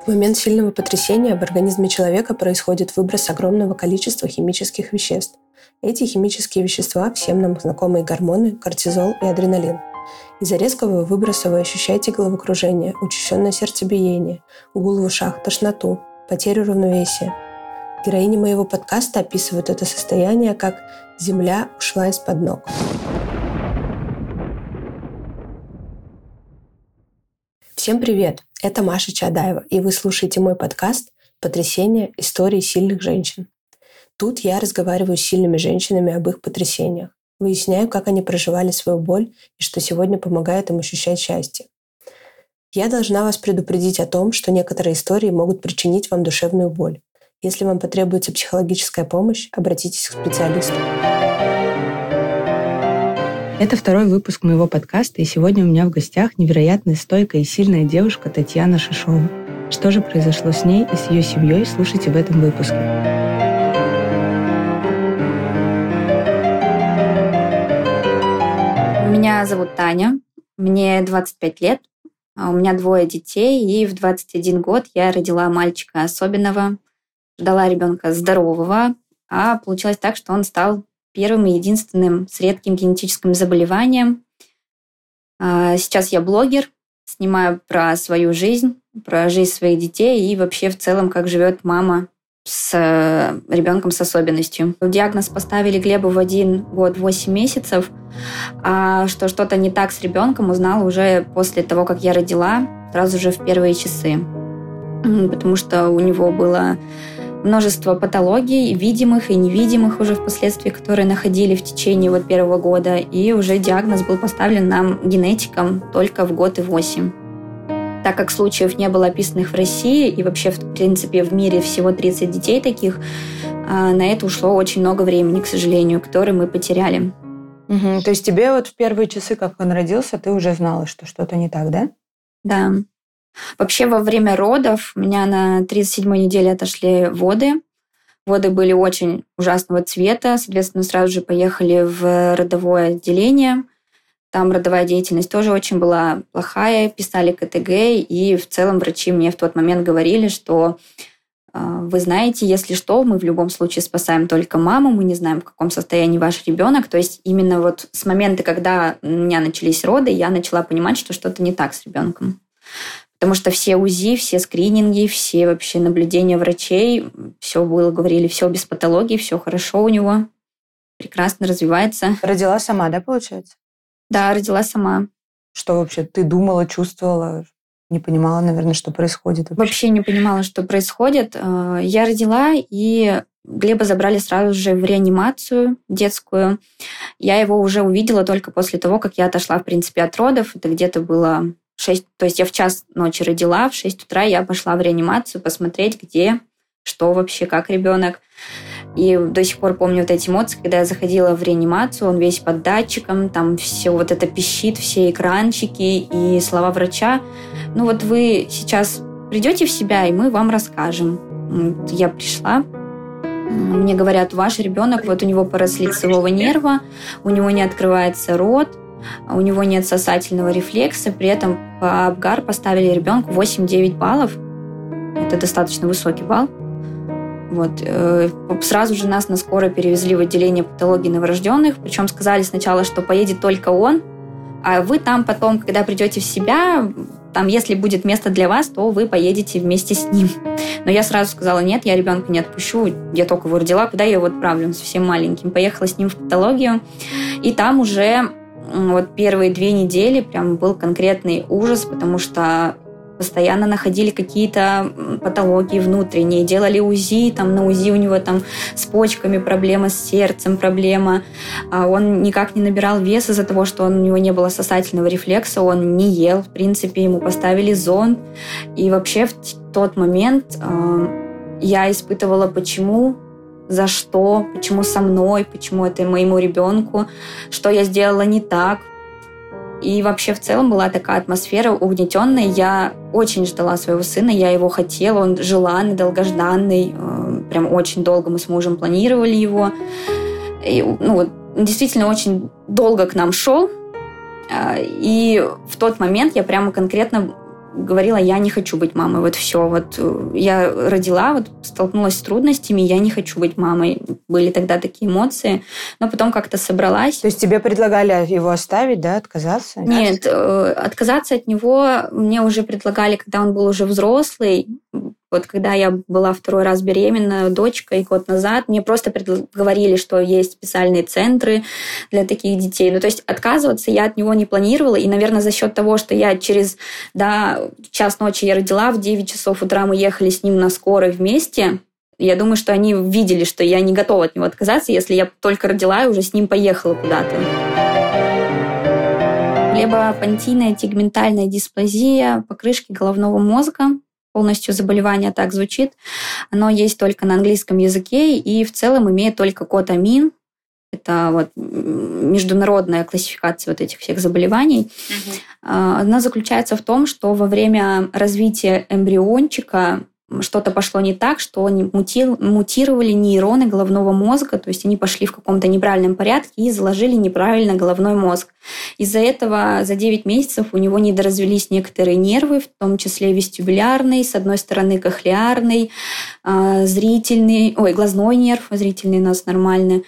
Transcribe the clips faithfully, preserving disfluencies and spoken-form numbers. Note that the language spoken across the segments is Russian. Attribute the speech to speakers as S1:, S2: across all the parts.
S1: В момент сильного потрясения в организме человека происходит выброс огромного количества химических веществ. Эти химические вещества – всем нам знакомые гормоны, кортизол и адреналин. Из-за резкого выброса вы ощущаете головокружение, учащенное сердцебиение, гул в ушах, тошноту, потерю равновесия. Героини моего подкаста описывают это состояние как «земля ушла из-под ног». Всем привет! Это Маша Чадаева, и вы слушаете мой подкаст «Потрясения. Истории сильных женщин». Тут я разговариваю с сильными женщинами об их потрясениях, выясняю, как они проживали свою боль и что сегодня помогает им ощущать счастье. Я должна вас предупредить о том, что некоторые истории могут причинить вам душевную боль. Если вам потребуется психологическая помощь, обратитесь к специалисту.
S2: Это второй выпуск моего подкаста, и сегодня у меня в гостях невероятная, стойкая и сильная девушка Татьяна Шишова. Что же произошло с ней и с ее семьей, слушайте в этом выпуске.
S3: Меня зовут Таня, мне двадцать пять лет, у меня двое детей, и в двадцать один год я родила мальчика особенного, ждала ребенка здорового, а получилось так, что он стал первым и единственным с редким генетическим заболеванием. Сейчас я блогер, снимаю про свою жизнь, про жизнь своих детей и вообще в целом, как живет мама с ребенком с особенностью. Диагноз поставили Глебу в один год восемь месяцев, а что что-то не так с ребенком, узнала уже после того, как я родила, сразу же в первые часы. Потому что у него было множество патологий, видимых и невидимых уже впоследствии, которые находили в течение вот первого года. И уже диагноз был поставлен нам генетикам только в год и восемь. Так как случаев не было описанных в России и вообще, в принципе, в мире всего тридцать детей таких, на это ушло очень много времени, к сожалению, которое мы потеряли.
S2: Угу. То есть тебе вот в первые часы, как он родился, ты уже знала, что что-то не так, да?
S3: Да. Вообще во время родов у меня на тридцать седьмой неделе отошли воды. Воды были очень ужасного цвета. Соответственно, сразу же поехали в родовое отделение. Там родовая деятельность тоже очень была плохая. Писали ка тэ гэ. И в целом врачи мне в тот момент говорили, что вы знаете, если что, мы в любом случае спасаем только маму. Мы не знаем, в каком состоянии ваш ребенок. То есть именно вот с момента, когда у меня начались роды, я начала понимать, что что-то не так с ребенком. Потому что все УЗИ, все скрининги, все вообще наблюдения врачей, все было, говорили, все без патологии, все хорошо у него, прекрасно развивается.
S2: Родила сама, да, получается?
S3: Да, родила сама.
S2: Что вообще ты думала, чувствовала, не понимала, наверное, что происходит?
S3: Вообще, вообще не понимала, что происходит. Я родила, и Глеба забрали сразу же в реанимацию детскую. Я его уже увидела только после того, как я отошла, в принципе, от родов. Это где-то было шесть, то есть я в час ночи родила, в шесть утра я пошла в реанимацию посмотреть, где, что вообще, как ребенок. И до сих пор помню вот эти эмоции, когда я заходила в реанимацию, он весь под датчиком, там все вот это пищит, все экранчики и слова врача. Ну вот вы сейчас придете в себя, и мы вам расскажем. Я пришла, мне говорят, ваш ребенок, вот у него параз лицевого нерва, у него не открывается рот, у него нет сосательного рефлекса, при этом по Апгар поставили ребенку восемь-девять баллов. Это достаточно высокий балл. Вот. Сразу же нас на скорой перевезли в отделение патологии новорожденных, причем сказали сначала, что поедет только он, а вы там потом, когда придете в себя, там, если будет место для вас, то вы поедете вместе с ним. Но я сразу сказала, нет, я ребенка не отпущу, я только его родила, куда я его отправлю, он совсем маленьким. Поехала с ним в патологию, и там уже вот первые две недели прям был конкретный ужас, потому что постоянно находили какие-то патологии внутренние, делали УЗИ, там на УЗИ у него там с почками проблема, с сердцем проблема, он никак не набирал вес из-за того, что он, у него не было сосательного рефлекса, он не ел, в принципе, ему поставили зонд, и вообще в тот момент э, я испытывала, почему, за что, почему со мной, почему это моему ребенку, что я сделала не так. И вообще в целом была такая атмосфера угнетенная. Я очень ждала своего сына, я его хотела, он желанный, долгожданный. Прям очень долго мы с мужем планировали его. И, ну, вот, действительно очень долго к нам шел. И в тот момент я прямо конкретно говорила, я не хочу быть мамой, вот все. Вот я родила, вот столкнулась с трудностями, я не хочу быть мамой. Были тогда такие эмоции, но потом как-то собралась.
S2: То есть тебе предлагали его оставить, да, отказаться?
S3: Нет, отказаться от него мне уже предлагали, когда он был уже взрослый. Вот когда я была второй раз беременна дочкой год назад, мне просто говорили, что есть специальные центры для таких детей. Ну, то есть отказываться я от него не планировала. И, наверное, за счет того, что я через да, час ночи я родила, в девять часов утра мы ехали с ним на скорой вместе, я думаю, что они видели, что я не готова от него отказаться, если я только родила и уже с ним поехала куда-то. Флебопонтийная тегментальная дисплазия покрышки головного мозга. Полностью заболевание так звучит. Оно есть только на английском языке и в целом имеет только код АМИН. Это вот международная классификация вот этих всех заболеваний. Угу. Она заключается в том, что во время развития эмбриончика что-то пошло не так, что они мутировали нейроны головного мозга, то есть они пошли в каком-то неправильном порядке и заложили неправильно головной мозг. Из-за этого за девять месяцев у него недоразвились некоторые нервы, в том числе вестибулярный, с одной стороны кохлеарный, зрительный, ой, глазной нерв, зрительный у нас нормальный.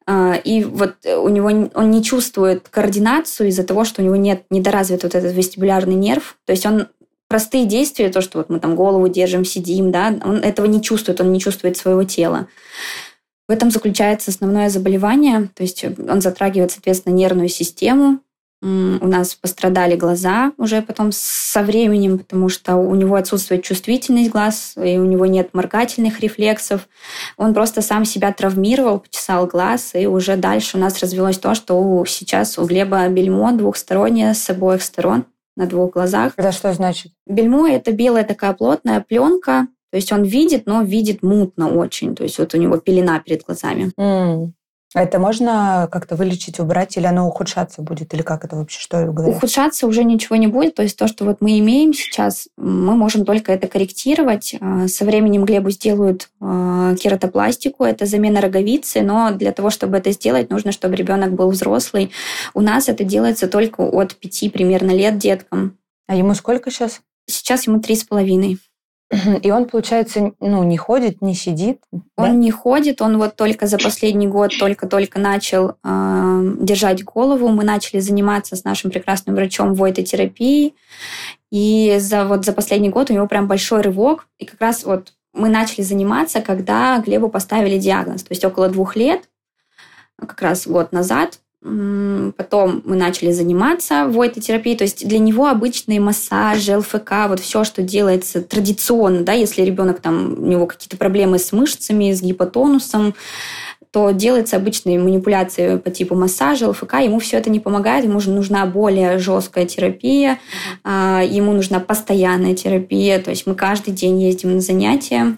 S3: И вот у него он не чувствует координацию из-за того, что у него нет недоразвит вот этот вестибулярный нерв, то есть он простые действия, то, что вот мы там голову держим, сидим, да, он этого не чувствует, он не чувствует своего тела. В этом заключается основное заболевание, то есть он затрагивает, соответственно, нервную систему. У нас пострадали глаза уже потом со временем, потому что у него отсутствует чувствительность глаз, и у него нет моргательных рефлексов. Он просто сам себя травмировал, почесал глаз, и уже дальше у нас развелось то, что сейчас у Глеба бельмо двухстороннее с обоих сторон. На двух глазах.
S2: Это что значит?
S3: Бельмо – это белая такая плотная пленка, то есть он видит, но видит мутно очень, то есть вот у него пелена перед глазами.
S2: Mm. Это можно как-то вылечить, убрать, или оно ухудшаться будет, или как это вообще, что говорят?
S3: Ухудшаться уже ничего не будет, то есть то, что вот мы имеем сейчас, мы можем только это корректировать. Со временем Глебу сделают кератопластику, это замена роговицы, но для того, чтобы это сделать, нужно, чтобы ребенок был взрослый. У нас это делается только от пяти примерно лет деткам.
S2: А ему сколько сейчас?
S3: Сейчас ему три с половиной.
S2: И он, получается, ну, не ходит, не сидит?
S3: Он
S2: да?
S3: не ходит, он вот только за последний год только-только начал э, держать голову. Мы начали заниматься с нашим прекрасным врачом войтотерапией. И за, вот за последний год у него прям большой рывок. И как раз вот мы начали заниматься, когда Глебу поставили диагноз. То есть около двух лет, как раз год назад. Потом мы начали заниматься войтотерапией, то есть для него обычные массажи, ЛФК, вот все, что делается традиционно, да, если ребенок там, у него какие-то проблемы с мышцами, с гипотонусом, то делается обычные манипуляции по типу массажа, ЛФК, ему все это не помогает, ему же нужна более жесткая терапия, mm-hmm. ему нужна постоянная терапия, то есть мы каждый день ездим на занятия.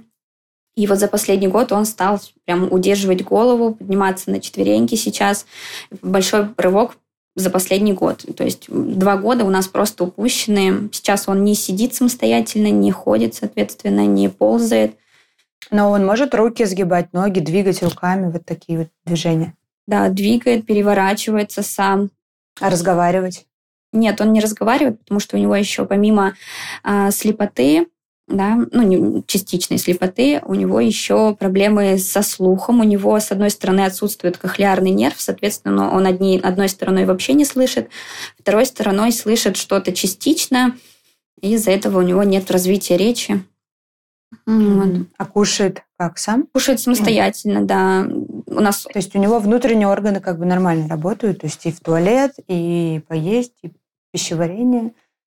S3: И вот за последний год он стал прям удерживать голову, подниматься на четвереньки сейчас. Большой рывок за последний год. То есть два года у нас просто упущены. Сейчас он не сидит самостоятельно, не ходит, соответственно, не ползает.
S2: Но он может руки сгибать, ноги, двигать руками, вот такие вот движения?
S3: Да, двигает, переворачивается сам.
S2: А разговаривать?
S3: Нет, он не разговаривает, потому что у него еще помимо э, слепоты, да, ну, не, частичной слепоты, у него еще проблемы со слухом. У него, с одной стороны, отсутствует кохлеарный нерв, соответственно, он одни, одной стороной вообще не слышит, второй стороной слышит что-то частично, и из-за этого у него нет развития речи.
S2: Mm-hmm. Вот. А кушает как, сам?
S3: Кушает самостоятельно, mm-hmm. да. У нас...
S2: То есть у него внутренние органы как бы нормально работают, то есть и в туалет, и поесть, и пищеварение,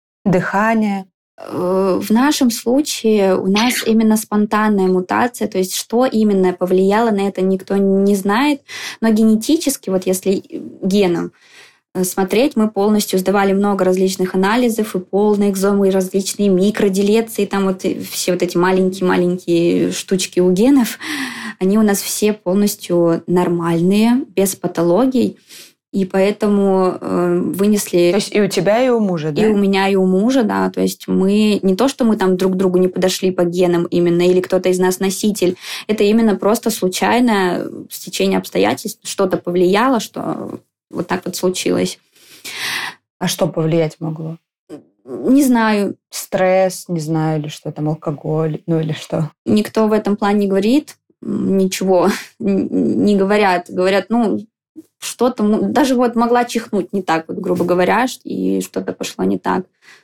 S2: дыхание.
S3: В нашем случае у нас именно спонтанная мутация, то есть что именно повлияло на это, никто не знает. Но генетически, вот если геном смотреть, мы полностью сдавали много различных анализов, и полные экзомы, и различные микроделеции, там вот все вот эти маленькие-маленькие штучки у генов, они у нас все полностью нормальные, без патологий. И поэтому э, вынесли...
S2: То есть и у тебя, и у мужа, да?
S3: И у меня, и у мужа, да. То есть мы... Не то, что мы там друг к другу не подошли по генам именно, или кто-то из нас носитель. Это именно просто случайное стечение обстоятельств. Что-то повлияло, что вот так вот случилось.
S2: А что повлиять могло?
S3: Не знаю.
S2: Стресс, не знаю, или что там, алкоголь, ну или что?
S3: Никто в этом плане не говорит ничего, не говорят. Говорят, ну, что-то... Даже вот могла чихнуть не так, вот, грубо говоря, и что-то пошло не так.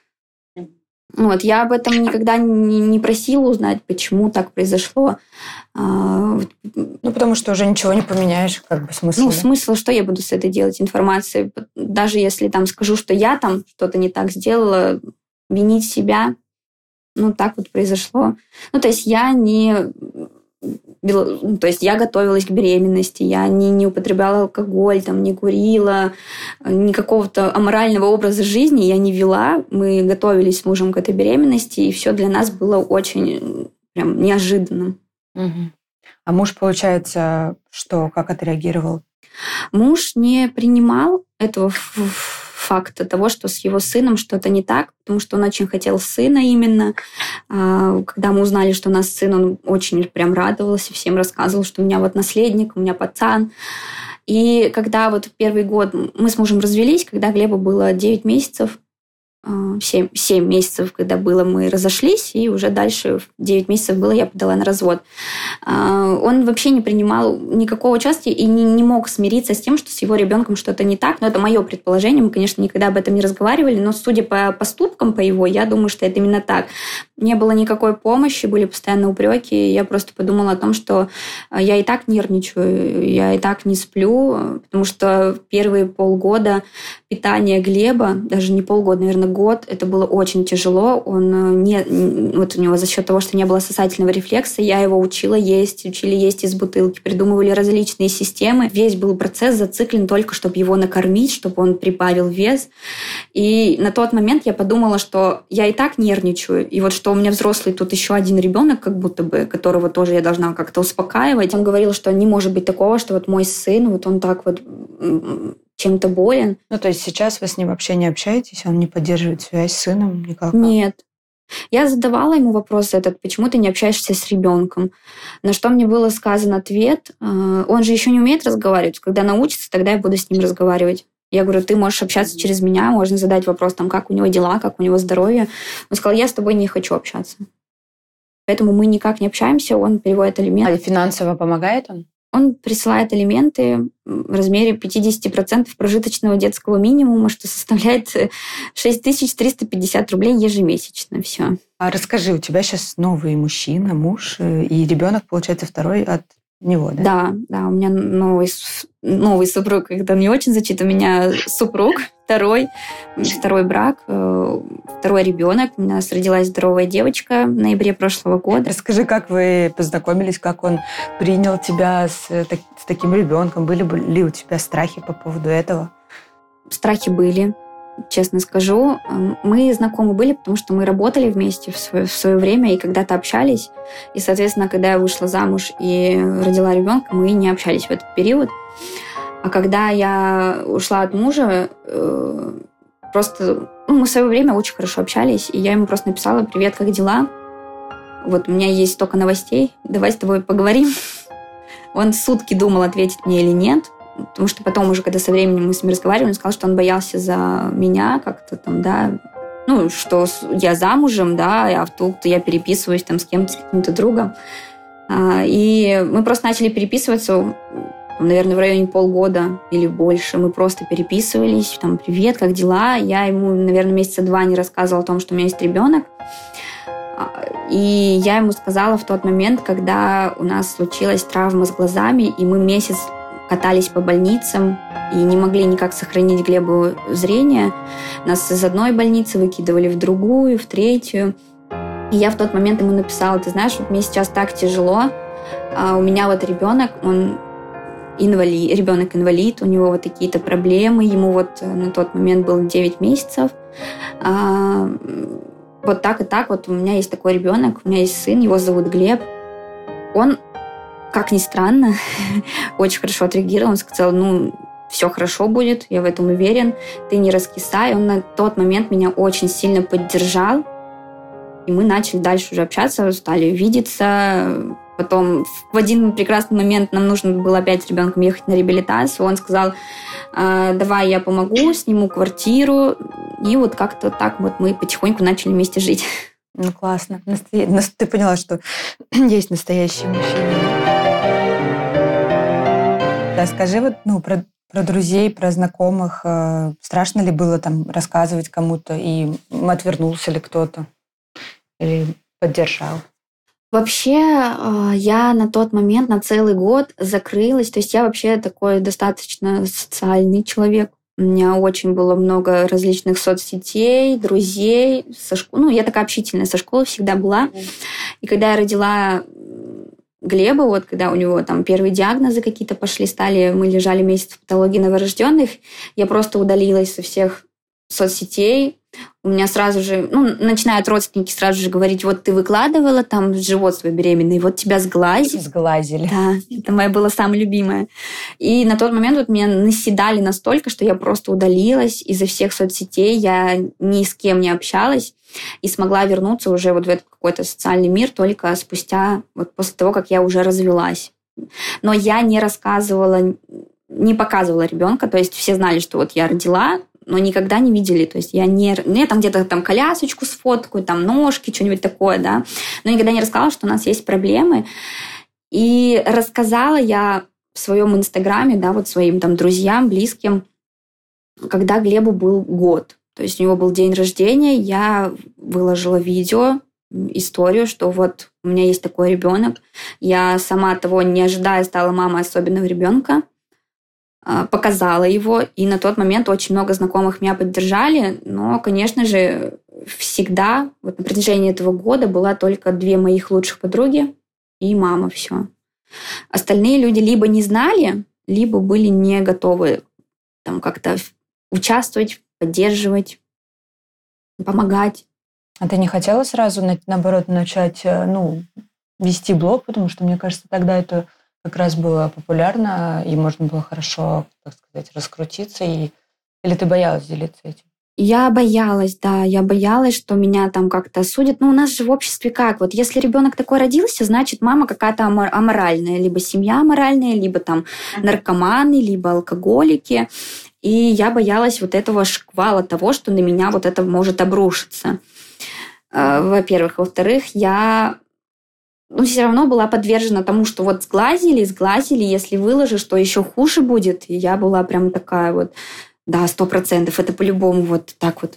S3: Вот, я об этом никогда не, не просила узнать, почему так произошло.
S2: Ну, потому что уже ничего не поменяешь, как бы смысл.
S3: Ну,
S2: да?
S3: смысл, что я буду с этой делать информацией? Даже если там скажу, что я там что-то не так сделала, винить себя, ну, так вот произошло. Ну, то есть я не... То есть я готовилась к беременности, я не, не употребляла алкоголь, там, не курила, никакого-то аморального образа жизни я не вела. Мы готовились с мужем к этой беременности, и все для нас было очень прям неожиданным.
S2: Угу. А муж, получается, что, как отреагировал?
S3: Муж не принимал этого факта того, что с его сыном что-то не так, потому что он очень хотел сына именно. Когда мы узнали, что у нас сын, он очень прям радовался, всем рассказывал, что у меня вот наследник, у меня пацан. И когда вот первый год мы с мужем развелись, когда Глебу было девять месяцев, семь, семь месяцев, когда было, мы разошлись, и уже дальше девять месяцев было, я подала на развод. Он вообще не принимал никакого участия и не, не мог смириться с тем, что с его ребенком что-то не так. Но это мое предположение, мы, конечно, никогда об этом не разговаривали, но судя по поступкам по его, я думаю, что это именно так. Не было никакой помощи, были постоянно упреки, и я просто подумала о том, что я и так нервничаю, я и так не сплю, потому что первые полгода питания Глеба, даже не полгода, наверное, год, это было очень тяжело. Он не, вот у него за счет того, что не было сосательного рефлекса, я его учила есть, учили есть из бутылки, придумывали различные системы. Весь был процесс зациклен только, чтобы его накормить, чтобы он прибавил вес. И на тот момент я подумала, что я и так нервничаю, и вот что у меня взрослый тут еще один ребенок, как будто бы, которого тоже я должна как-то успокаивать. Он говорил, что не может быть такого, что вот мой сын, вот он так вот чем-то болен.
S2: Ну, то есть сейчас вы с ним вообще не общаетесь? Он не поддерживает связь с сыном никак?
S3: Нет. Я задавала ему вопрос этот, почему ты не общаешься с ребенком? На что мне было сказан ответ, он же еще не умеет разговаривать. Когда научится, тогда я буду с ним разговаривать. Я говорю, ты можешь общаться через меня, можно задать вопрос, там, как у него дела, как у него здоровье. Он сказал, я с тобой не хочу общаться. Поэтому мы никак не общаемся, он переводит алименты.
S2: А финансово помогает он?
S3: Он присылает алименты в размере пятьдесят процентов прожиточного детского минимума, что составляет шесть тысяч триста пятьдесят рублей ежемесячно. Все.
S2: А расскажи, у тебя сейчас новый мужчина, муж, и ребенок, получается, второй от него, да?
S3: Да, да, у меня новый, новый супруг, это не очень звучит, у меня супруг, второй, второй брак, второй ребенок. У нас родилась здоровая девочка в ноябре прошлого года.
S2: Расскажи, как вы познакомились, как он принял тебя с, с таким ребенком? Были ли у тебя страхи по поводу этого?
S3: Страхи были, честно скажу. Мы знакомы были, потому что мы работали вместе в свое, в свое время и когда-то общались. И, соответственно, когда я вышла замуж и родила ребенка, мы не общались в этот период. А когда я ушла от мужа, просто ну, мы в свое время очень хорошо общались, и я ему просто написала: «Привет, как дела? Вот у меня есть столько новостей, давай с тобой поговорим». Он сутки думал, ответить мне или нет, потому что потом уже, когда со временем мы с ним разговаривали, он сказал, что он боялся за меня как-то там, да, ну, что я замужем, да, а тут я переписываюсь там с кем-то, с каким-то другом. И мы просто начали переписываться, наверное, в районе полгода или больше. Мы просто переписывались, там, привет, как дела? Я ему, наверное, месяца два не рассказывала о том, что у меня есть ребенок. И я ему сказала в тот момент, когда у нас случилась травма с глазами, и мы месяц катались по больницам и не могли никак сохранить Глебу зрение. Нас из одной больницы выкидывали в другую, в третью. И я в тот момент ему написала: ты знаешь, вот мне сейчас так тяжело, а у меня вот ребенок, он инвалид, ребенок-инвалид, у него вот какие-то проблемы, ему вот на тот момент было девять месяцев. А, вот так и так, вот у меня есть такой ребенок, у меня есть сын, его зовут Глеб. Он, как ни странно, очень хорошо отреагировал, он сказал: ну, все хорошо будет, я в этом уверен, ты не раскисай. Он на тот момент меня очень сильно поддержал, и мы начали дальше уже общаться, стали видеться. Потом в один прекрасный момент нам нужно было опять с ребенком ехать на реабилитацию. Он сказал: давай я помогу, сниму квартиру, И вот как-то так вот мы потихоньку начали вместе жить.
S2: Ну, классно. Настоя... Ты поняла, что есть настоящие мужчины. Да, скажи вот, ну, про, про друзей, про знакомых. Э, страшно ли было там рассказывать кому-то, и отвернулся ли кто-то? Или поддержал?
S3: Вообще, я на тот момент, на целый год закрылась. То есть я вообще такой достаточно социальный человек. У меня очень было много различных соцсетей, друзей. Со школы. Ну, я такая общительная, со школы всегда была. И когда я родила Глеба, вот когда у него там первые диагнозы какие-то пошли, стали, мы лежали месяц в патологии новорожденных, я просто удалилась со всех соцсетей. У меня сразу же, ну, начинают родственники сразу же говорить, вот ты выкладывала там живот свой беременный, вот тебя сглазили.
S2: Сглазили.
S3: Да, это моя была самая любимая. И на тот момент вот меня наседали настолько, что я просто удалилась изо всех соцсетей, я ни с кем не общалась и смогла вернуться уже вот в этот какой-то социальный мир только спустя, вот после того, как я уже развелась. Но я не рассказывала, не показывала ребенка, то есть все знали, что вот я родила, но никогда не видели. То есть я не... Ну, я там где-то там колясочку сфоткаю, там ножки, что-нибудь такое, да. Но никогда не рассказала, что у нас есть проблемы. И рассказала я в своем инстаграме, да, вот своим там друзьям, близким, когда Глебу был год. То есть у него был день рождения, я выложила видео, историю, что вот у меня есть такой ребенок. Я сама того не ожидая стала мамой особенного ребенка. Показала его, и на тот момент очень много знакомых меня поддержали, но, конечно же, всегда, вот на протяжении этого года была только две моих лучших подруги и мама, все. Остальные люди либо не знали, либо были не готовы там как-то участвовать, поддерживать, помогать.
S2: А ты не хотела сразу, наоборот, начать, ну, вести блог, потому что, мне кажется, тогда это как раз было популярно, и можно было хорошо, так сказать, раскрутиться. И... Или ты боялась делиться этим?
S3: Я боялась, да, я боялась, что меня там как-то осудят. Но у нас же в обществе как? Вот если ребенок такой родился, значит, мама какая-то аморальная. Либо семья аморальная, либо там наркоманы, либо алкоголики. И я боялась вот этого шквала того, что на меня вот это может обрушиться. Во-первых. Во-вторых, я... Ну, все равно была подвержена тому, что вот сглазили, сглазили, если выложишь, то еще хуже будет. И я была прям такая вот, да, сто процентов, это по-любому вот так вот.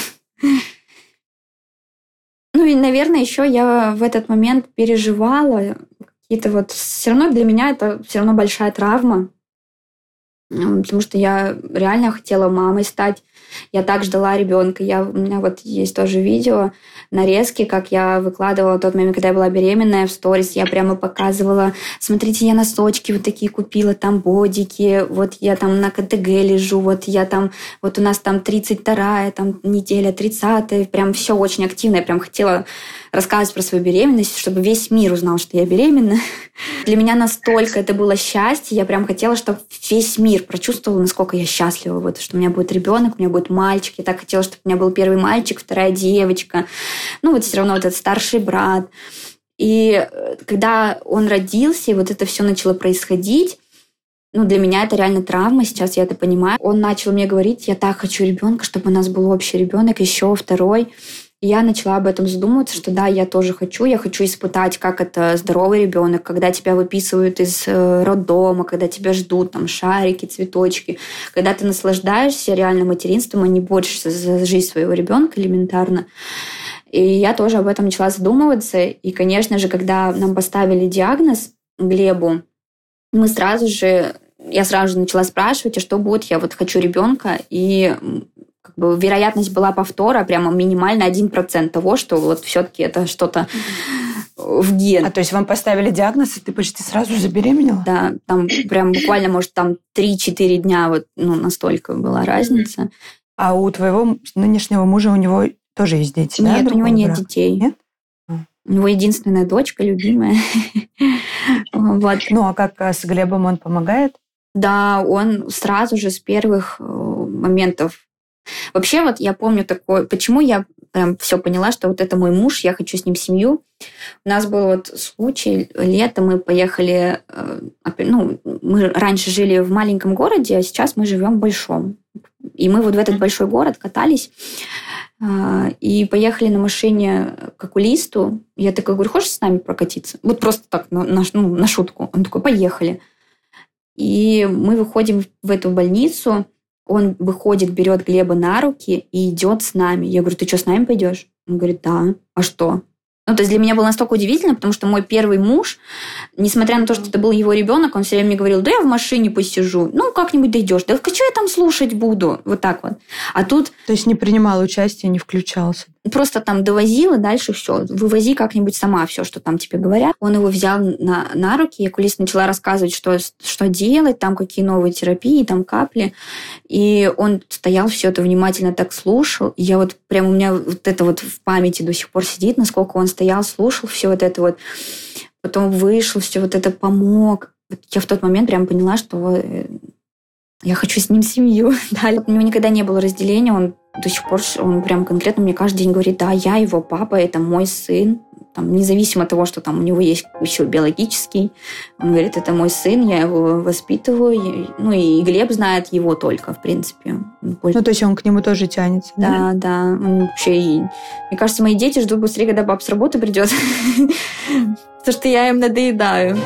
S3: Ну и, наверное, еще я в этот момент переживала какие-то вот... Все равно для меня это все равно большая травма, потому что я реально хотела мамой стать. Я так ждала ребенка. Я, у меня вот есть тоже видео, нарезки, как я выкладывала в тот момент, когда я была беременная, в сторис. Я прямо показывала, смотрите, я носочки вот такие купила, там бодики, вот я там на ка тэ гэ лежу, вот я там, вот у нас там тридцать вторая там, неделя, тридцатая, прям все очень активно. Я прям хотела рассказывать про свою беременность, чтобы весь мир узнал, что я беременна. Для меня настолько это было счастье, я прям хотела, чтобы весь мир прочувствовал, насколько я счастлива, вот, что у меня будет ребенок, у меня будет мальчик. Я так хотела, чтобы у меня был первый мальчик, вторая девочка. Ну, вот все равно вот этот старший брат. И когда он родился, и вот это все начало происходить, ну, для меня это реально травма, сейчас я это понимаю. Он начал мне говорить, я так хочу ребенка, чтобы у нас был общий ребенок, еще второй. И я начала об этом задумываться, что да, я тоже хочу, я хочу испытать, как это здоровый ребенок, когда тебя выписывают из роддома, когда тебя ждут там шарики, цветочки, когда ты наслаждаешься реально материнством, а не борешься за жизнь своего ребенка элементарно. И я тоже об этом начала задумываться. И, конечно же, когда нам поставили диагноз Глебу, мы сразу же, я сразу же начала спрашивать, а что будет, я вот хочу ребенка, и как бы вероятность была повтора прямо минимально один процент того, что вот все-таки это что-то в ген.
S2: А то есть вам поставили диагноз, и ты почти сразу забеременела?
S3: Да, там прям буквально, может, там три-четыре дня вот, ну, настолько была разница.
S2: А у твоего нынешнего мужа, у него тоже есть дети,
S3: Нет,
S2: да?
S3: у него нет
S2: брака?
S3: детей.
S2: Нет?
S3: У него единственная дочка, любимая. Вот.
S2: Ну, а как с Глебом он помогает?
S3: Да, он сразу же с первых моментов. Вообще, вот я помню такое, почему я прям все поняла, что вот это мой муж, я хочу с ним семью. У нас был вот случай, летом мы поехали, ну, мы раньше жили в маленьком городе, а сейчас мы живем в большом. И мы вот в этот большой город катались и поехали на машине к окулисту. Я такая говорю, хочешь с нами прокатиться? Вот просто так, на, на, ну, на шутку. Он такой, поехали. И мы выходим в эту больницу. Он выходит, берет Глеба на руки и идет с нами. Я говорю, ты что, с нами пойдешь? Он говорит, да. А что? Ну, то есть для меня было настолько удивительно, потому что мой первый муж, несмотря на то, что это был его ребенок, он все время мне говорил, да я в машине посижу, ну, как-нибудь дойдешь. Да что я там слушать буду? Вот так вот. А тут...
S2: То есть не принимал участия, не включался?
S3: Просто там довозил, и дальше все. Вывози как-нибудь сама все, что там тебе говорят. Он его взял на, на руки, и окулист начала рассказывать, что, что делать, там какие новые терапии, там капли. И он стоял, все это внимательно так слушал. И я вот прям у меня вот это вот в памяти до сих пор сидит, насколько он стоял, слушал все вот это вот. Потом вышел, все вот это помог. Я в тот момент прям поняла, что я хочу с ним семью. Да, у него никогда не было разделения, он до сих пор, он прям конкретно мне каждый день говорит, да, я его папа, это мой сын. Там, независимо от того, что там у него есть еще биологический. Он говорит, это мой сын, я его воспитываю. Ну, и Глеб знает его только, в принципе.
S2: Ну, то есть он к нему тоже тянется.
S3: Да, да. да. Он вообще... И... Мне кажется, мои дети ждут быстрее, когда папа с работы придет. Потому что я им надоедаю.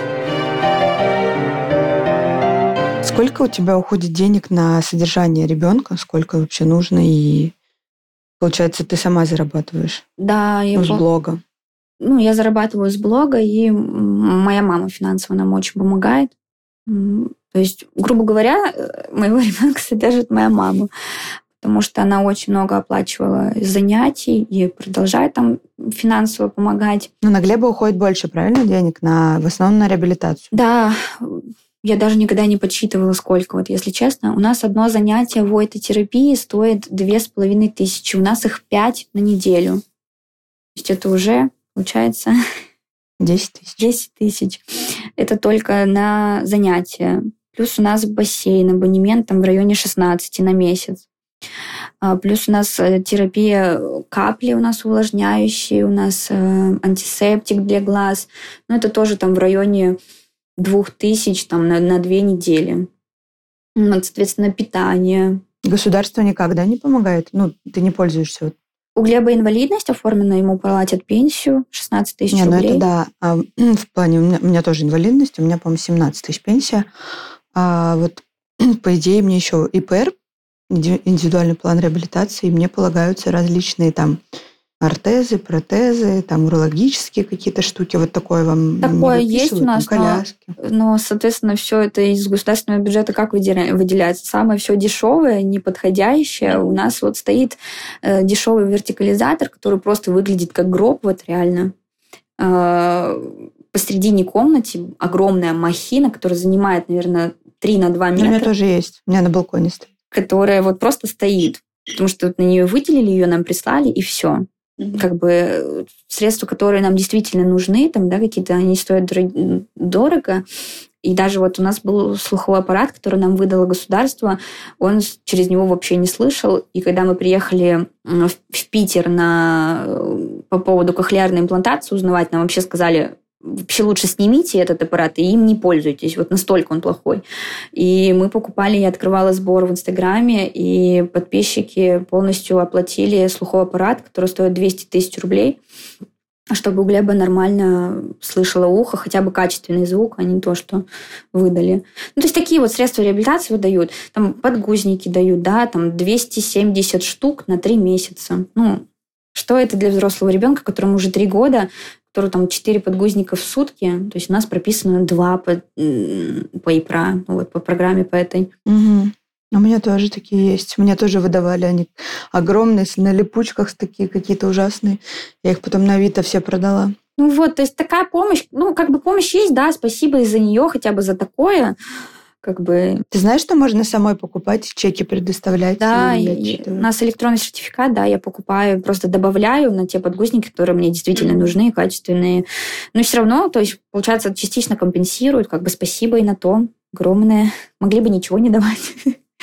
S2: Сколько у тебя уходит денег на содержание ребенка? Сколько вообще нужно? И, получается, ты сама зарабатываешь?
S3: Да. Я
S2: ну, с блога.
S3: Ну, я зарабатываю с блога, и моя мама финансово нам очень помогает. То есть, грубо говоря, моего ребенка содержит моя мама, потому что она очень много оплачивала занятий и продолжает там финансово помогать.
S2: Но на Глеба уходит больше, правильно, денег? На, в основном на реабилитацию.
S3: Да. Я даже никогда не подсчитывала, сколько. Вот, если честно, у нас одно занятие в этой терапии стоит две с половиной тысячи. У нас их пять на неделю. То есть это уже, получается...
S2: десять тысяч.
S3: десять тысяч. Это только на занятия. Плюс у нас бассейн, абонемент там в районе шестнадцати на месяц. Плюс у нас терапия капли, у нас увлажняющие, у нас антисептик для глаз. Но это тоже там в районе двух тысяч там, на, на две недели. Ну, соответственно, питание.
S2: Государство никак, да, не помогает? Ну, ты не пользуешься? Вот.
S3: У Глеба инвалидность оформлена, ему платят пенсию шестнадцать тысяч
S2: не,
S3: рублей.
S2: Ну, это да. А, в плане, у меня, у меня тоже инвалидность, у меня, по-моему, семнадцать тысяч пенсия. А вот, по идее, мне еще ИПР, индивидуальный план реабилитации, и мне полагаются различные там ортезы, протезы, там урологические какие-то штуки, вот такое вам
S3: такое
S2: не
S3: есть у нас,
S2: но,
S3: но, соответственно, все это из государственного бюджета как выделяется? Самое все дешевое, неподходящее. У нас вот стоит э, дешевый вертикализатор, который просто выглядит как гроб, вот реально. Э, посредине комнаты огромная махина, которая занимает, наверное, три на два метра.
S2: У меня тоже есть, у меня на балконе стоит.
S3: Которая вот просто стоит, потому что вот на нее выделили, ее нам прислали, и все. Как бы средства, которые нам действительно нужны, там, да, какие-то, они стоят дорого. И даже вот у нас был слуховой аппарат, который нам выдало государство, он через него вообще не слышал. И когда мы приехали в Питер на, по поводу кохлеарной имплантации узнавать, нам вообще сказали, вообще лучше снимите этот аппарат и им не пользуйтесь. Вот настолько он плохой. И мы покупали, я открывала сбор в Инстаграме, и подписчики полностью оплатили слуховой аппарат, который стоит двести тысяч рублей, чтобы у Глеба нормально слышало ухо, хотя бы качественный звук, а не то, что выдали. Ну, то есть такие вот средства реабилитации выдают. Там подгузники дают, да, там двести семьдесят штук на три месяца. Ну, что это для взрослого ребенка, которому уже три года, который там четыре подгузника в сутки, то есть у нас прописано два по, по ИПРА, вот, по программе по этой.
S2: Угу. У меня тоже такие есть. Мне тоже выдавали они огромные, на липучках такие какие-то ужасные. Я их потом на Авито все продала.
S3: Ну вот, то есть такая помощь, ну как бы помощь есть, да, спасибо и за нее, хотя бы за такое. Как бы...
S2: Ты знаешь, что можно самой покупать, чеки предоставлять?
S3: Да, и у нас электронный сертификат, да, я покупаю, просто добавляю на те подгузники, которые мне действительно нужны, качественные. Но все равно, то есть, получается, частично компенсируют, как бы спасибо и на то огромное. Могли бы ничего не давать.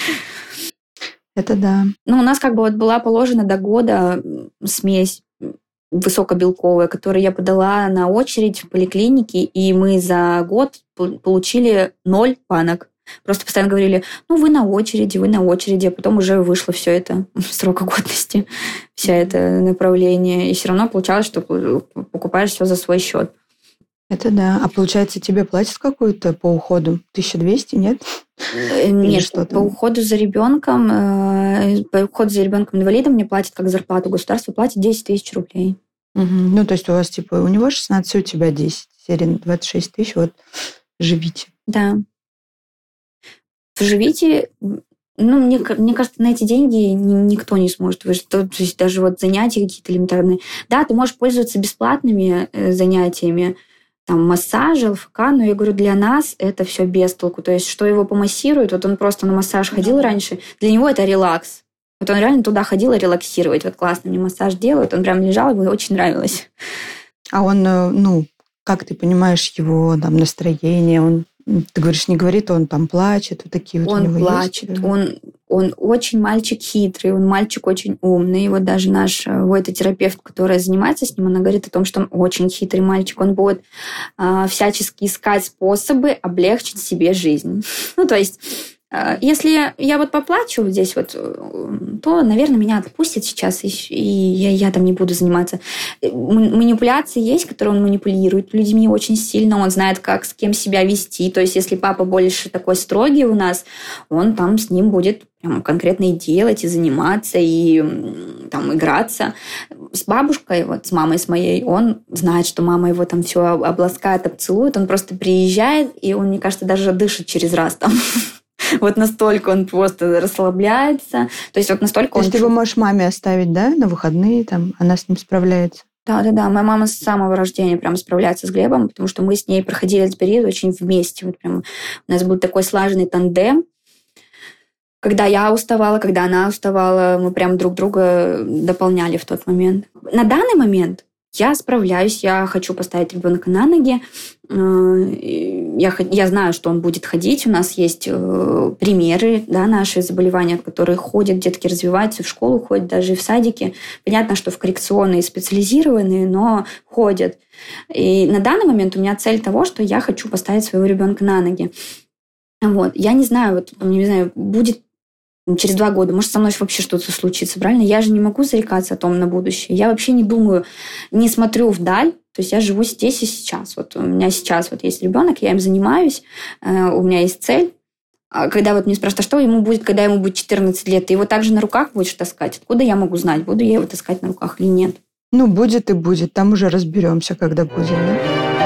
S2: Это да.
S3: Ну, у нас как бы вот была положена до года смесь высокобелковая, которую я подала на очередь в поликлинике, и мы за год получили ноль банок. Просто постоянно говорили, ну, вы на очереди, вы на очереди, а потом уже вышло все это срока годности, все это направление. И все равно получалось, что покупаешь все за свой счет.
S2: Это да. А получается, тебе платят какую-то по уходу? тысяча двести, нет?
S3: Нет, что-то? По уходу за ребенком, по уходу за ребенком-инвалидом мне платят как зарплату. Государство платит десять тысяч рублей.
S2: Угу. Ну, то есть у вас, типа, у него шестнадцать, у тебя десять. Серия двадцать шесть тысяч, вот, живите.
S3: Да. Живите... Ну, мне, мне кажется, на эти деньги никто не сможет выжить. То есть даже вот занятия какие-то элементарные. Да, ты можешь пользоваться бесплатными занятиями, там, массажи, ЛФК, но я говорю, для нас это все без толку. То есть, что его помассируют, вот он просто на массаж ходил раньше, для него это релакс. Вот он реально туда ходил релаксировать. Вот классно мне массаж делают, он прям лежал, ему очень нравилось.
S2: А он, ну, как ты понимаешь его там настроение, он, ты говоришь, не говорит, он там плачет, вот такие вот
S3: он
S2: у него
S3: плачет,
S2: есть?
S3: Он, он очень мальчик хитрый, он мальчик очень умный. И вот даже наш войтотерапевт, которая занимается с ним, она говорит о том, что он очень хитрый мальчик, он будет э, всячески искать способы облегчить себе жизнь. Ну, то есть... Если я вот поплачу здесь вот, то, наверное, меня отпустят сейчас, и я, я там не буду заниматься. Манипуляции есть, которые он манипулирует людьми очень сильно, он знает, как с кем себя вести. То есть, если папа больше такой строгий у нас, он там с ним будет прям конкретно и делать, и заниматься, и там играться. С бабушкой, вот с мамой с моей, он знает, что мама его там все обласкает, обцелует, он просто приезжает, и он, мне кажется, даже дышит через раз там. Вот настолько он просто расслабляется. То есть вот настолько
S2: То
S3: он...
S2: есть ты его можешь маме оставить, да, на выходные, там, она с ним справляется?
S3: Да-да-да, моя мама с самого рождения прям справляется с Глебом, потому что мы с ней проходили этот период очень вместе. Вот прям у нас был такой слаженный тандем. Когда я уставала, когда она уставала, мы прям друг друга дополняли в тот момент. На данный момент я справляюсь, я хочу поставить ребенка на ноги. Я, я знаю, что он будет ходить. У нас есть примеры, да, наши заболевания, которые ходят, детки развиваются, в школу ходят, даже и в садике. Понятно, что в коррекционные специализированные, но ходят. И на данный момент у меня цель того, что я хочу поставить своего ребенка на ноги. Вот. Я не знаю, вот, не знаю, будет через два года, может, со мной вообще что-то случится, правильно? Я же не могу зарекаться о том на будущее. Я вообще не думаю, не смотрю вдаль. То есть я живу здесь и сейчас. Вот у меня сейчас вот есть ребенок, я им занимаюсь, у меня есть цель. А когда вот мне спрашивают, а что ему будет, когда ему будет четырнадцать лет, ты его также на руках будешь таскать? Откуда я могу знать, буду я его таскать на руках или нет?
S2: Ну, будет и будет. Там уже разберемся, когда будет, да?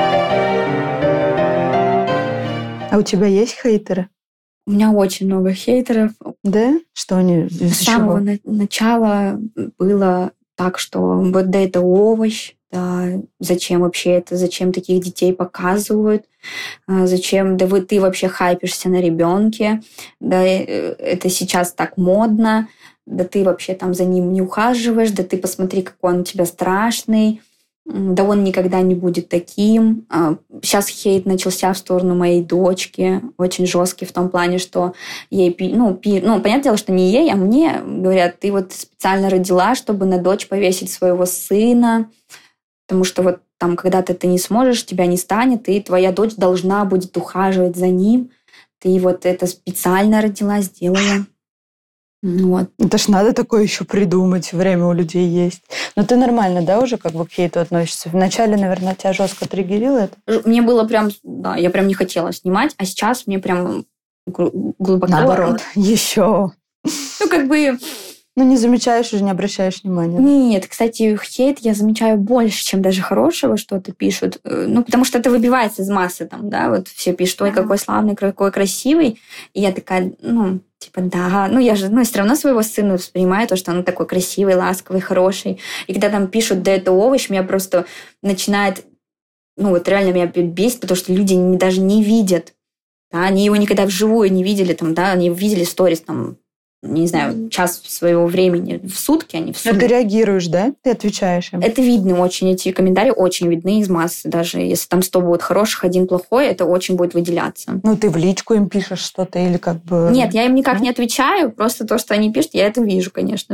S2: А у тебя есть хейтеры?
S3: У меня очень много хейтеров.
S2: Да? Что они?
S3: С самого на- начала было так, что вот да, это овощ, да, зачем вообще это, зачем таких детей показывают, зачем, да вы, ты вообще хайпишься на ребенке, да, это сейчас так модно, да ты вообще там за ним не ухаживаешь, да ты посмотри, какой он у тебя страшный, да он никогда не будет таким. Сейчас хейт начался в сторону моей дочки, очень жесткий в том плане, что ей, ну, пи, ну, понятное дело, что не ей, а мне говорят, ты вот специально родила, чтобы на дочь повесить своего сына, потому что вот там когда-то ты не сможешь, тебя не станет, и твоя дочь должна будет ухаживать за ним. Ты вот это специально родила, сделала. Вот.
S2: Это ж надо такое еще придумать, время у людей есть. Но ты нормально, да, уже как бы к хейту относишься? Вначале, наверное, тебя жестко триггерило это?
S3: Мне было прям, да, я прям не хотела снимать, а сейчас мне прям глубоко...
S2: Наоборот, еще.
S3: Ну, как бы...
S2: Ну, не замечаешь уже, не обращаешь внимания.
S3: Нет, кстати, хейт я замечаю больше, чем даже хорошего что-то пишут. Ну, потому что это выбивается из массы, там, да, вот все пишут, ой, какой славный, какой красивый. И я такая, ну, типа, да, ну, я же, ну, все равно своего сына воспринимаю, то, что он такой красивый, ласковый, хороший. И когда там пишут, да, это овощ, меня просто начинает, ну, вот реально меня бесит, потому что люди даже не видят, да, они его никогда вживую не видели, там, да, они видели сторис, там, не знаю, час своего времени в сутки, они в сутки.
S2: Но ты реагируешь, да? Ты отвечаешь им?
S3: Это видно очень, эти комментарии очень видны из массы. Даже если там сто будет хороших, один плохой, это очень будет выделяться.
S2: Ну, ты в личку им пишешь что-то или как бы...
S3: Нет, я им никак не отвечаю, просто то, что они пишут, я это вижу, конечно же.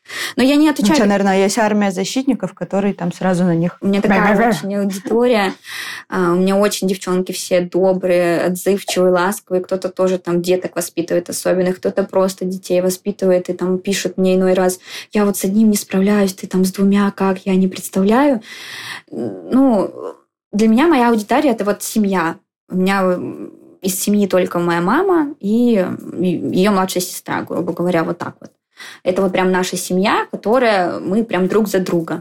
S3: Но я не отвечаю...
S2: У тебя, наверное, есть армия защитников, которые там сразу на них...
S3: У меня такая очень аудитория. У меня очень девчонки все добрые, отзывчивые, ласковые. Кто-то тоже там деток воспитывает особенных, кто-то просто детей воспитывает и там пишут мне иной раз: я вот с одним не справляюсь, ты там с двумя как, я не представляю. Ну, для меня моя аудитория — это вот семья. У меня из семьи только моя мама и ее младшая сестра, грубо говоря, вот так вот. Это вот прям наша семья, которая мы прям друг за друга.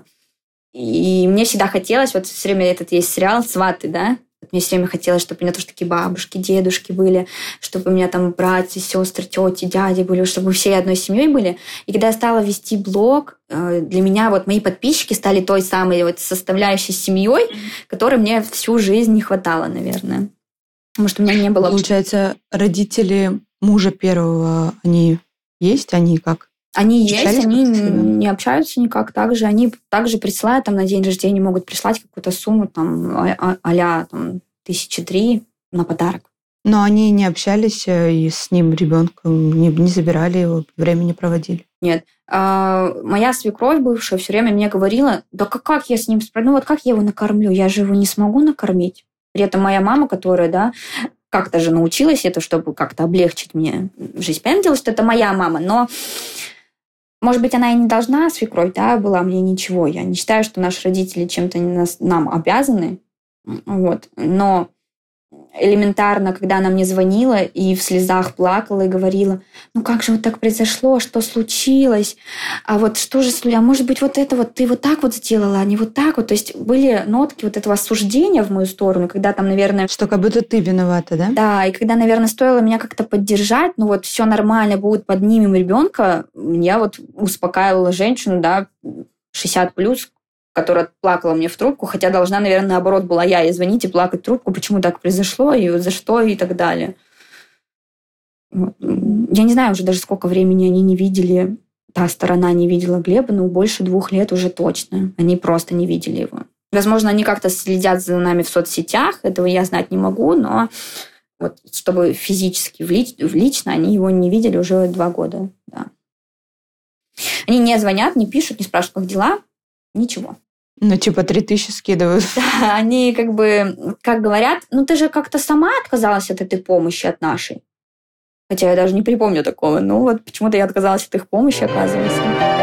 S3: И мне всегда хотелось, вот все время этот есть сериал «Сваты», да? Мне все время хотелось, чтобы у меня тоже такие бабушки, дедушки были, чтобы у меня там братья, сестры, тети, дяди были, чтобы все одной семьей были. И когда я стала вести блог, для меня вот мои подписчики стали той самой вот составляющей семьей, которой мне всю жизнь не хватало, наверное. Потому что у меня не было...
S2: Получается, родители мужа первого, они есть? Они как?
S3: Они есть, они не общаются никак так же. Они также присылают там на день рождения, могут прислать какую-то сумму, там, а-ля там, тысячи три на подарок.
S2: Но они не общались и с ним, ребенком, не, не забирали его, время не проводили?
S3: Нет. А, моя свекровь бывшая все время мне говорила: да как, как я с ним справлюсь? Ну вот как я его накормлю? Я же его не смогу накормить. При этом моя мама, которая, да, как-то же научилась это, чтобы как-то облегчить мне жизнь. Понятное дело, что это моя мама, но, может быть, она и не должна, свекровь, да, была мне ничего. Я не считаю, что наши родители чем-то нас, нам обязаны. Вот. Но элементарно, когда она мне звонила и в слезах плакала и говорила: ну как же вот так произошло, что случилось, а вот что же случилось, а может быть вот это вот ты вот так вот сделала, а не вот так вот. То есть были нотки вот этого осуждения в мою сторону, когда там, наверное...
S2: Что как будто ты виновата, да?
S3: Да, и когда, наверное, стоило меня как-то поддержать, ну вот все нормально будет, поднимем ребенка, я вот успокаивала женщину, да, шестьдесят плюс, которая плакала мне в трубку, хотя должна, наверное, наоборот была я ей звонить и плакать в трубку, почему так произошло, и за что, и так далее. Я не знаю уже даже, сколько времени они не видели, та сторона не видела Глеба, но больше двух лет уже точно. Они просто не видели его. Возможно, они как-то следят за нами в соцсетях, этого я знать не могу, но вот чтобы физически, лично, они его не видели уже два года. Да. Они не звонят, не пишут, не спрашивают, как дела, ничего.
S2: Ну, типа три тысячи скидывают.
S3: Да, они как бы, как говорят, ну ты же как-то сама отказалась от этой помощи, от нашей. Хотя я даже не припомню такого. Ну вот почему-то я отказалась от их помощи, оказывается.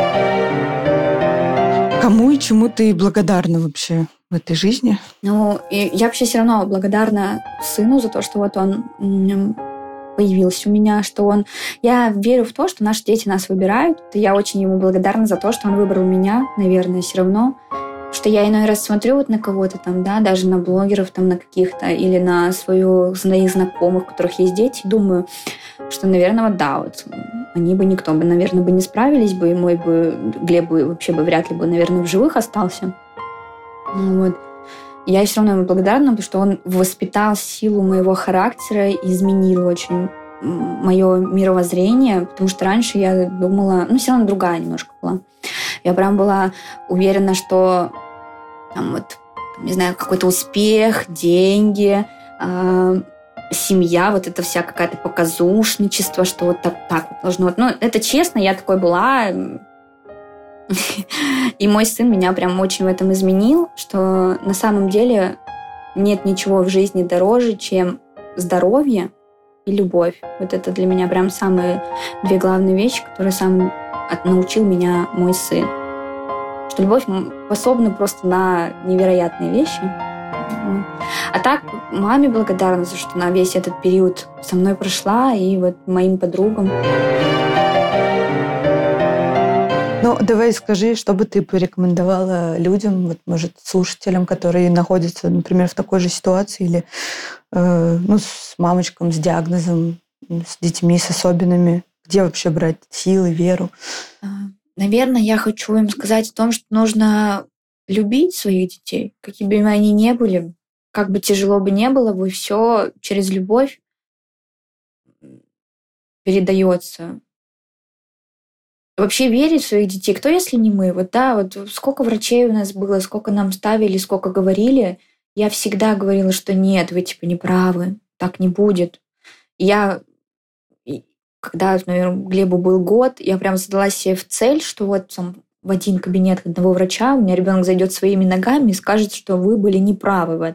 S2: Кому и чему ты благодарна вообще в этой жизни?
S3: Ну, и я вообще все равно благодарна сыну за то, что вот он появился у меня, что он... Я верю в то, что наши дети нас выбирают. И я очень ему благодарна за то, что он выбрал меня, наверное, все равно. Что я иной раз смотрю вот на кого-то там, да, даже на блогеров там на каких-то, или на свою, своих знакомых, у которых есть дети, думаю, что, наверное, вот да, вот они бы никто бы, наверное, бы не справились бы, и мой бы Глеб бы вообще бы вряд ли бы, наверное, в живых остался. Вот. Я все равно ему благодарна, потому что он воспитал силу моего характера, изменил очень мое мировоззрение, потому что раньше я думала, ну, все равно другая немножко была. Я прям была уверена, что там вот, не знаю, какой-то успех, деньги, э, семья, вот это вся какая-то показушничество, что вот так, так вот должно. Ну, это честно, я такой была. И мой сын меня прям очень в этом изменил, что на самом деле нет ничего в жизни дороже, чем здоровье и любовь. Вот это для меня прям самые две главные вещи, которые сам научил меня мой сын. Что любовь способна просто на невероятные вещи. А так, маме благодарна за что она весь этот период со мной прошла, и вот моим подругам.
S2: Ну, давай скажи, что бы ты порекомендовала людям, вот, может, слушателям, которые находятся, например, в такой же ситуации, или э, ну, с мамочками, с диагнозом, с детьми, с особенными. Где вообще брать силы, веру?
S3: Наверное, я хочу им сказать о том, что нужно любить своих детей, какими бы они ни были, как бы тяжело бы ни было, бы все через любовь передается. Вообще верить в своих детей. Кто, если не мы? Вот да, вот сколько врачей у нас было, сколько нам ставили, сколько говорили. Я всегда говорила, что нет, вы типа не правы, так не будет. Я когда, наверное, Глебу был год, я прям задала себе в цель, что вот там в один кабинет одного врача у меня ребенок зайдет своими ногами и скажет, что вы были неправы в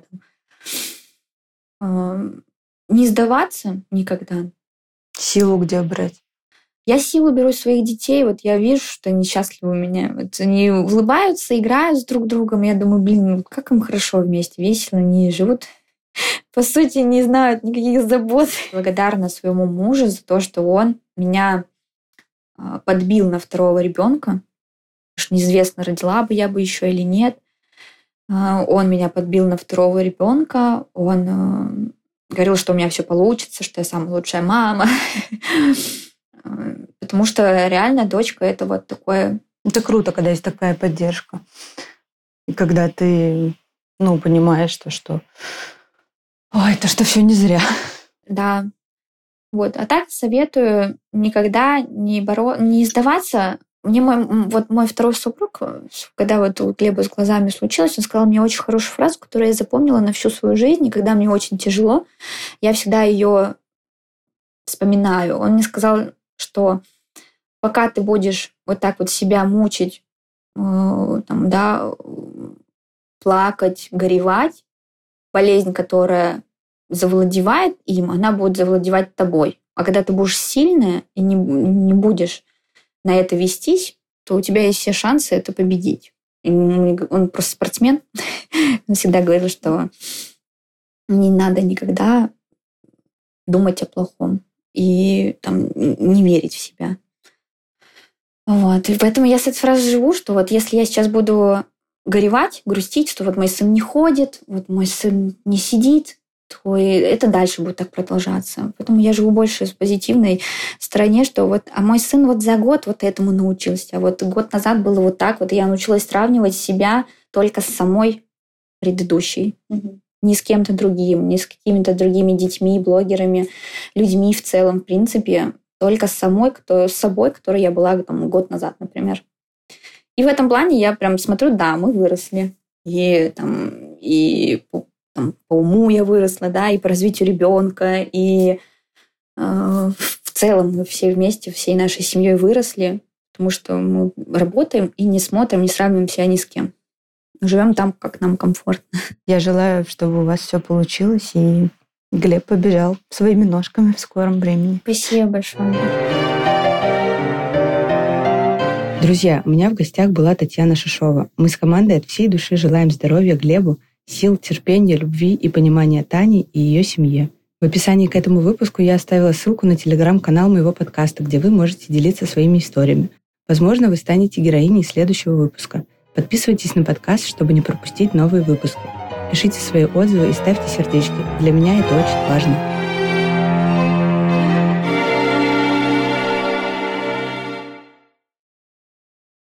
S3: этом. Не сдаваться никогда.
S2: Силу где брать?
S3: Я силу беру своих детей. Вот я вижу, что они счастливы у меня. Вот они улыбаются, играют с друг другом. Я думаю, блин, как им хорошо вместе, весело. Они живут, по сути, не знают никаких забот. Благодарна своему мужу за то, что он меня подбил на второго ребенка. Неизвестно, родила бы я бы еще или нет. Он меня подбил на второго ребенка. Он говорил, что у меня все получится, что я самая лучшая мама. Потому что реально дочка — это вот такое...
S2: Это круто, когда есть такая поддержка. И когда ты, ну, понимаешь, то, что... Ой, это что все не зря.
S3: Да. Вот. А так советую никогда не, боро... не сдаваться. Мне мой, вот мой второй супруг, когда вот у Глеба с глазами случилось, он сказал мне очень хорошую фразу, которую я запомнила на всю свою жизнь. И когда мне очень тяжело, я всегда ее вспоминаю. Он мне сказал, что пока ты будешь вот так вот себя мучить, э, там, да, плакать, горевать, болезнь, которая завладевает им, она будет завладевать тобой. А когда ты будешь сильная и не, не будешь на это вестись, то у тебя есть все шансы это победить. И он просто спортсмен. Он всегда говорил, что не надо никогда думать о плохом и там, не верить в себя. Вот. И поэтому я с этой фразой живу, что вот если я сейчас буду горевать, грустить, что вот мой сын не ходит, вот мой сын не сидит, то и это дальше будет так продолжаться. Поэтому я живу больше в позитивной стороне, что вот, а мой сын вот за год вот этому научился, а вот год назад было вот так, вот я научилась сравнивать себя только с самой предыдущей. Mm-hmm. Ни с кем-то другим, ни с какими-то другими детьми, блогерами, людьми в целом, в принципе, только с самой, кто, с собой, которой я была там, год назад, например. И в этом плане я прям смотрю, да, мы выросли. И, там, и по, там, по уму я выросла, да, и по развитию ребенка, и э, в целом мы все вместе, всей нашей семьей выросли, потому что мы работаем и не смотрим, не сравниваем себя ни с кем. Живем там, как нам комфортно.
S2: Я желаю, чтобы у вас все получилось, и Глеб побежал своими ножками в скором времени.
S3: Спасибо большое.
S2: Друзья, у меня в гостях была Татьяна Шишова. Мы с командой от всей души желаем здоровья Глебу, сил, терпения, любви и понимания Тани и ее семье. В описании к этому выпуску я оставила ссылку на телеграм-канал моего подкаста, где вы можете делиться своими историями. Возможно, вы станете героиней следующего выпуска. Подписывайтесь на подкаст, чтобы не пропустить новые выпуски. Пишите свои отзывы и ставьте сердечки. Для меня это очень важно.